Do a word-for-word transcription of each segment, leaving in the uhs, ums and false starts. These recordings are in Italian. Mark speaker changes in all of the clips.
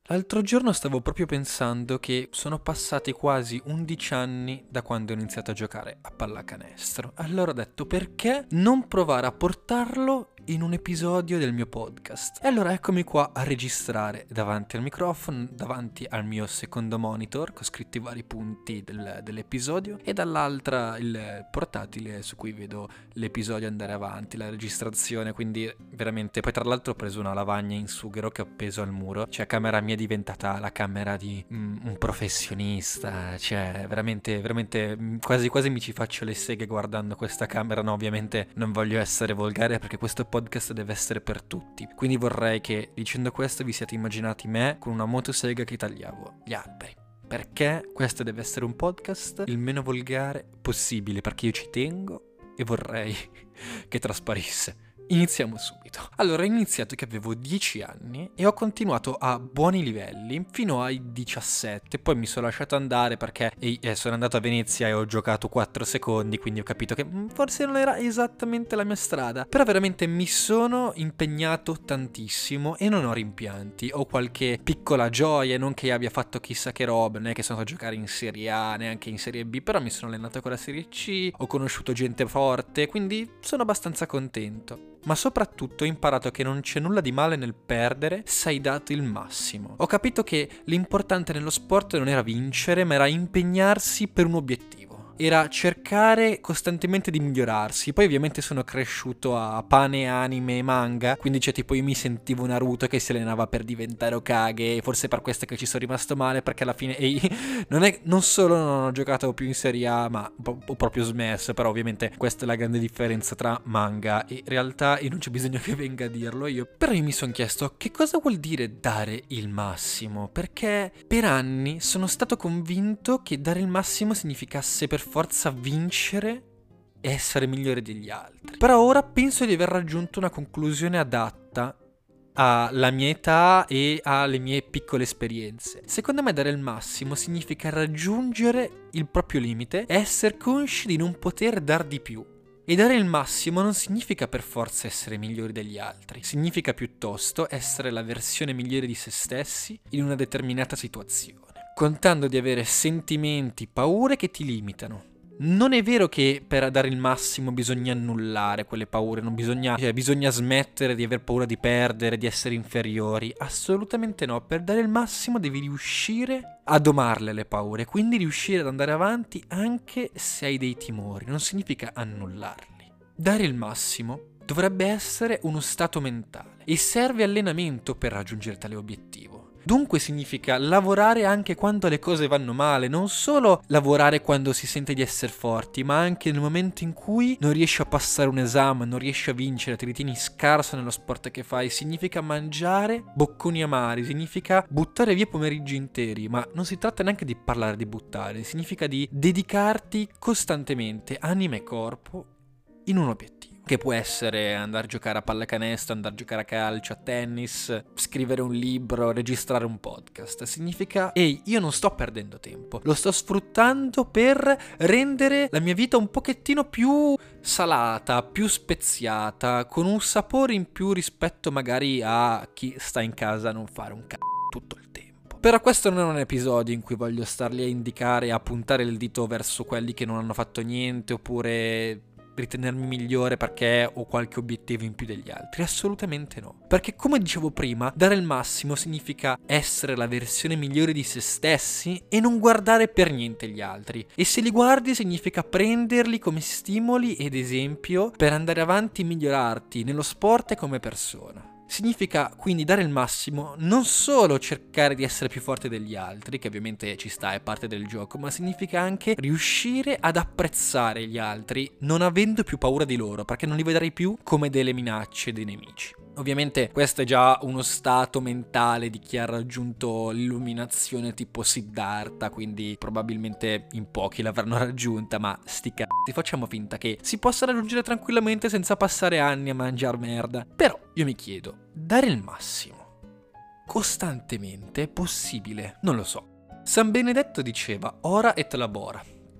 Speaker 1: L'altro giorno stavo proprio pensando che sono passati quasi undici anni da quando ho iniziato a giocare a pallacanestro. Allora ho detto, perché non provare a portarlo in un episodio del mio podcast? E allora eccomi qua a registrare davanti al microfono, davanti al mio secondo monitor, con scritti i vari punti del, dell'episodio, e dall'altra il portatile su cui vedo l'episodio andare avanti, la registrazione, quindi veramente... Poi tra l'altro ho preso una lavagna in sughero che ho appeso al muro, cioè camera mia è diventata la camera di mm, un professionista, cioè veramente, veramente mm, quasi quasi mi ci faccio le seghe guardando questa camera. No, ovviamente non voglio essere volgare perché questo podcast deve essere per tutti, quindi vorrei che dicendo questo vi siate immaginati me con una motosega che tagliavo gli alberi, perché questo deve essere un podcast il meno volgare possibile, perché io ci tengo e vorrei che trasparisse. Iniziamo subito. Allora, ho iniziato che avevo dieci anni e ho continuato a buoni livelli fino ai diciassette, poi mi sono lasciato andare perché eh, sono andato a Venezia e ho giocato quattro secondi, quindi ho capito che mh, forse non era esattamente la mia strada, però veramente mi sono impegnato tantissimo e non ho rimpianti. Ho qualche piccola gioia, non che abbia fatto chissà che roba, non è che sono andato a giocare in Serie A, neanche in Serie B, però mi sono allenato con la Serie C, ho conosciuto gente forte, quindi sono abbastanza contento. Ma soprattutto ho imparato che non c'è nulla di male nel perdere se hai dato il massimo. Ho capito che l'importante nello sport non era vincere, ma era impegnarsi per un obiettivo. Era cercare costantemente di migliorarsi. Poi ovviamente sono cresciuto a pane, anime e manga, quindi c'è tipo io mi sentivo Naruto che si allenava per diventare Hokage, forse per questo che ci sono rimasto male, perché alla fine ehi, non, è, non solo non ho giocato più in Serie A, ma ho proprio smesso. Però ovviamente questa è la grande differenza tra manga e realtà, e non c'è bisogno che venga a dirlo io. Però io mi sono chiesto che cosa vuol dire dare il massimo, perché per anni sono stato convinto che dare il massimo significasse per forza vincere e essere migliore degli altri. Però ora penso di aver raggiunto una conclusione adatta alla mia età e alle mie piccole esperienze. Secondo me dare il massimo significa raggiungere il proprio limite e essere consci di non poter dar di più. E dare il massimo non significa per forza essere migliori degli altri, significa piuttosto essere la versione migliore di se stessi in una determinata situazione, contando di avere sentimenti, paure che ti limitano. Non è vero che per dare il massimo bisogna annullare quelle paure, non bisogna, cioè, bisogna smettere di aver paura di perdere, di essere inferiori. Assolutamente no. Per dare il massimo devi riuscire a domarle le paure, quindi riuscire ad andare avanti anche se hai dei timori. Non significa annullarli. Dare il massimo dovrebbe essere uno stato mentale e serve allenamento per raggiungere tale obiettivo. Dunque significa lavorare anche quando le cose vanno male, non solo lavorare quando si sente di essere forti, ma anche nel momento in cui non riesci a passare un esame, non riesci a vincere, ti ritieni scarso nello sport che fai. Significa mangiare bocconi amari, significa buttare via pomeriggi interi, ma non si tratta neanche di parlare di buttare, significa di dedicarti costantemente, anima e corpo, in un obiettivo. Che può essere andare a giocare a pallacanestro, andare a giocare a calcio, a tennis, scrivere un libro, registrare un podcast. Significa, ehi, io non sto perdendo tempo, lo sto sfruttando per rendere la mia vita un pochettino più salata, più speziata, con un sapore in più rispetto magari a chi sta in casa a non fare un c***o tutto il tempo. Però questo non è un episodio in cui voglio starli a indicare e a puntare il dito verso quelli che non hanno fatto niente, oppure ritenermi migliore perché ho qualche obiettivo in più degli altri. Assolutamente no. Perché come dicevo prima, dare il massimo significa essere la versione migliore di se stessi e non guardare per niente gli altri. E se li guardi significa prenderli come stimoli ed esempio per andare avanti e migliorarti nello sport e come persona. Significa quindi dare il massimo, non solo cercare di essere più forte degli altri, che ovviamente ci sta, è parte del gioco, ma significa anche riuscire ad apprezzare gli altri non avendo più paura di loro, perché non li vedrai più come delle minacce, dei nemici. Ovviamente questo è già uno stato mentale di chi ha raggiunto l'illuminazione tipo Siddhartha, quindi probabilmente in pochi l'avranno raggiunta, ma sti cazzi, facciamo finta che si possa raggiungere tranquillamente senza passare anni a mangiar merda. Però io mi chiedo, dare il massimo costantemente è possibile? Non lo so. San Benedetto diceva ora et labora,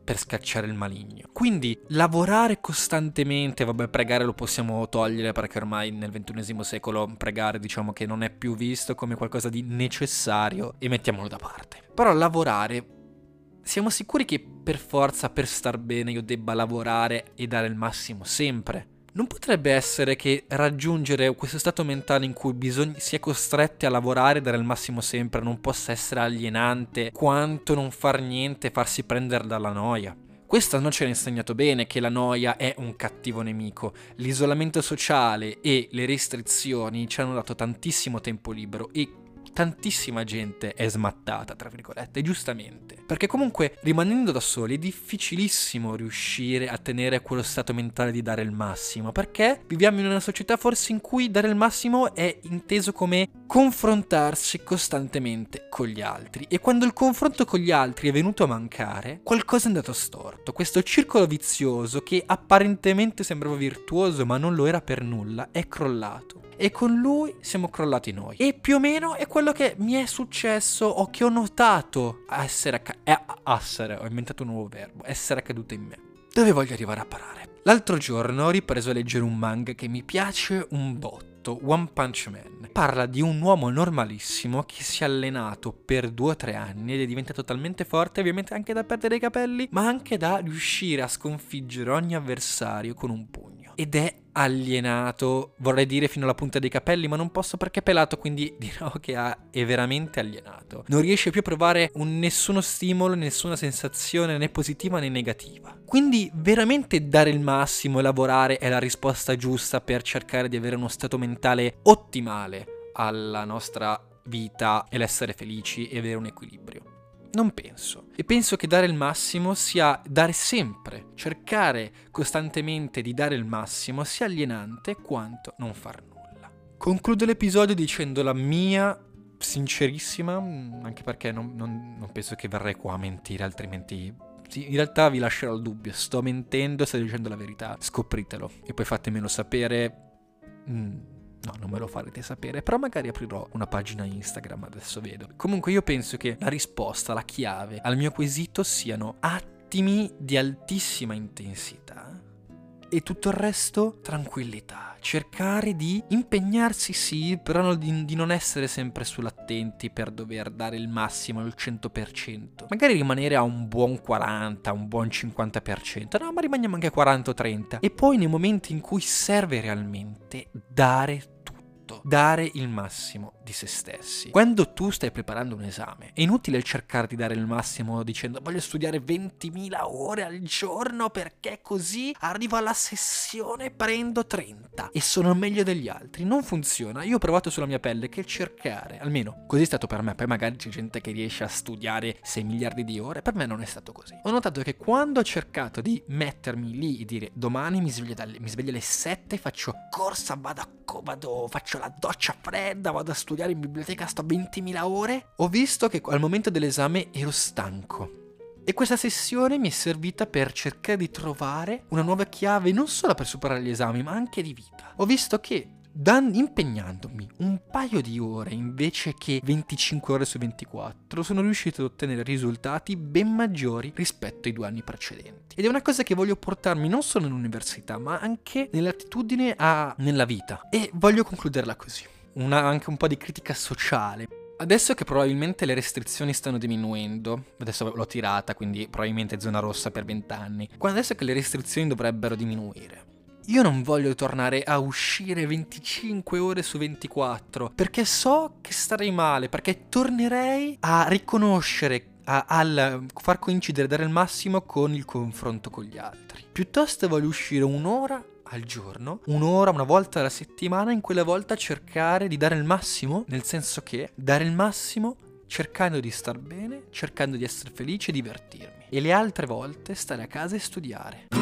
Speaker 1: per scacciare il maligno. Quindi lavorare costantemente, vabbè, pregare lo possiamo togliere perché ormai nel ventunesimo secolo pregare diciamo che non è più visto come qualcosa di necessario e mettiamolo da parte. Però lavorare, siamo sicuri che per forza, per star bene, io debba lavorare e dare il massimo sempre? Non potrebbe essere che raggiungere questo stato mentale in cui bisogna, si è costretti a lavorare e dare il massimo sempre non possa essere alienante quanto non far niente e farsi prendere dalla noia? Questo non ce l'ha insegnato bene, che la noia è un cattivo nemico. L'isolamento sociale e le restrizioni ci hanno dato tantissimo tempo libero e tantissima gente è smattata, tra virgolette, giustamente. Perché comunque, rimanendo da soli, è difficilissimo riuscire a tenere quello stato mentale di dare il massimo, perché viviamo in una società forse in cui dare il massimo è inteso come confrontarsi costantemente con gli altri. E quando il confronto con gli altri è venuto a mancare, qualcosa è andato storto. Questo circolo vizioso, che apparentemente sembrava virtuoso, ma non lo era per nulla, è crollato. E con lui siamo crollati noi. E più o meno è quello che mi è successo o che ho notato a essere accaduto. Eh, essere, ho inventato un nuovo verbo, essere accaduto in me. Dove voglio arrivare a parare? L'altro giorno ho ripreso a leggere un manga che mi piace un botto, One Punch Man. Parla di un uomo normalissimo che si è allenato per due o tre anni ed è diventato talmente forte, ovviamente anche da perdere i capelli, ma anche da riuscire a sconfiggere ogni avversario con un pugno. Ed è alienato, vorrei dire fino alla punta dei capelli, ma non posso perché è pelato, quindi dirò che ha, è veramente alienato. Non riesce più a provare un, nessuno stimolo, nessuna sensazione né positiva né negativa. Quindi veramente dare il massimo e lavorare è la risposta giusta per cercare di avere uno stato mentale ottimale alla nostra vita e l'essere felici e avere un equilibrio. Non penso. E penso che dare il massimo sia dare sempre, cercare costantemente di dare il massimo sia alienante quanto non far nulla. Concludo l'episodio dicendo la mia sincerissima, anche perché non, non, non penso che verrei qua a mentire, altrimenti sì, in realtà vi lascerò il dubbio, sto mentendo, sto dicendo la verità, scopritelo e poi fatemelo sapere. Mm. No, non me lo farete sapere, però magari aprirò una pagina Instagram, adesso vedo. Comunque io penso che la risposta, la chiave al mio quesito siano attimi di altissima intensità e tutto il resto tranquillità. Cercare di impegnarsi sì, però di, di non essere sempre sull'attenti per dover dare il massimo, il cento per cento. Magari rimanere a un buon quaranta, un buon cinquanta per cento, no, ma rimaniamo anche quaranta o trenta. E poi nei momenti in cui serve realmente dare tutto. Dare il massimo di se stessi. Quando tu stai preparando un esame, è inutile cercare di dare il massimo dicendo voglio studiare ventimila ore al giorno perché così arrivo alla sessione e prendo trenta e sono meglio degli altri. Non funziona. Io ho provato sulla mia pelle che cercare, almeno così è stato per me, poi magari c'è gente che riesce a studiare sei miliardi di ore, per me non è stato così. Ho notato che quando ho cercato di mettermi lì e dire domani mi sveglio, dalle, mi sveglio alle sette, faccio corsa, vado a vado, faccio la doccia fredda, vado a studiare in biblioteca, sto ventimila ore, ho visto che al momento dell'esame ero stanco. E questa sessione mi è servita per cercare di trovare una nuova chiave, non solo per superare gli esami, ma anche di vita. Ho visto che Dan, impegnandomi un paio di ore invece che venticinque ore su ventiquattro, sono riuscito ad ottenere risultati ben maggiori rispetto ai due anni precedenti. Ed è una cosa che voglio portarmi non solo nell'università, ma anche nell'attitudine a nella vita. E voglio concluderla così. Una, anche un po' di critica sociale. Adesso che probabilmente le restrizioni stanno diminuendo, adesso l'ho tirata, quindi probabilmente zona rossa per venti anni, quando adesso che le restrizioni dovrebbero diminuire, io non voglio tornare a uscire venticinque ore su ventiquattro, perché so che starei male, perché tornerei a riconoscere, a, a far coincidere, dare il massimo con il confronto con gli altri. Piuttosto voglio uscire un'ora al giorno, un'ora, una volta alla settimana, in quella volta cercare di dare il massimo, nel senso che dare il massimo cercando di star bene, cercando di essere felice e divertirmi. E le altre volte stare a casa e studiare.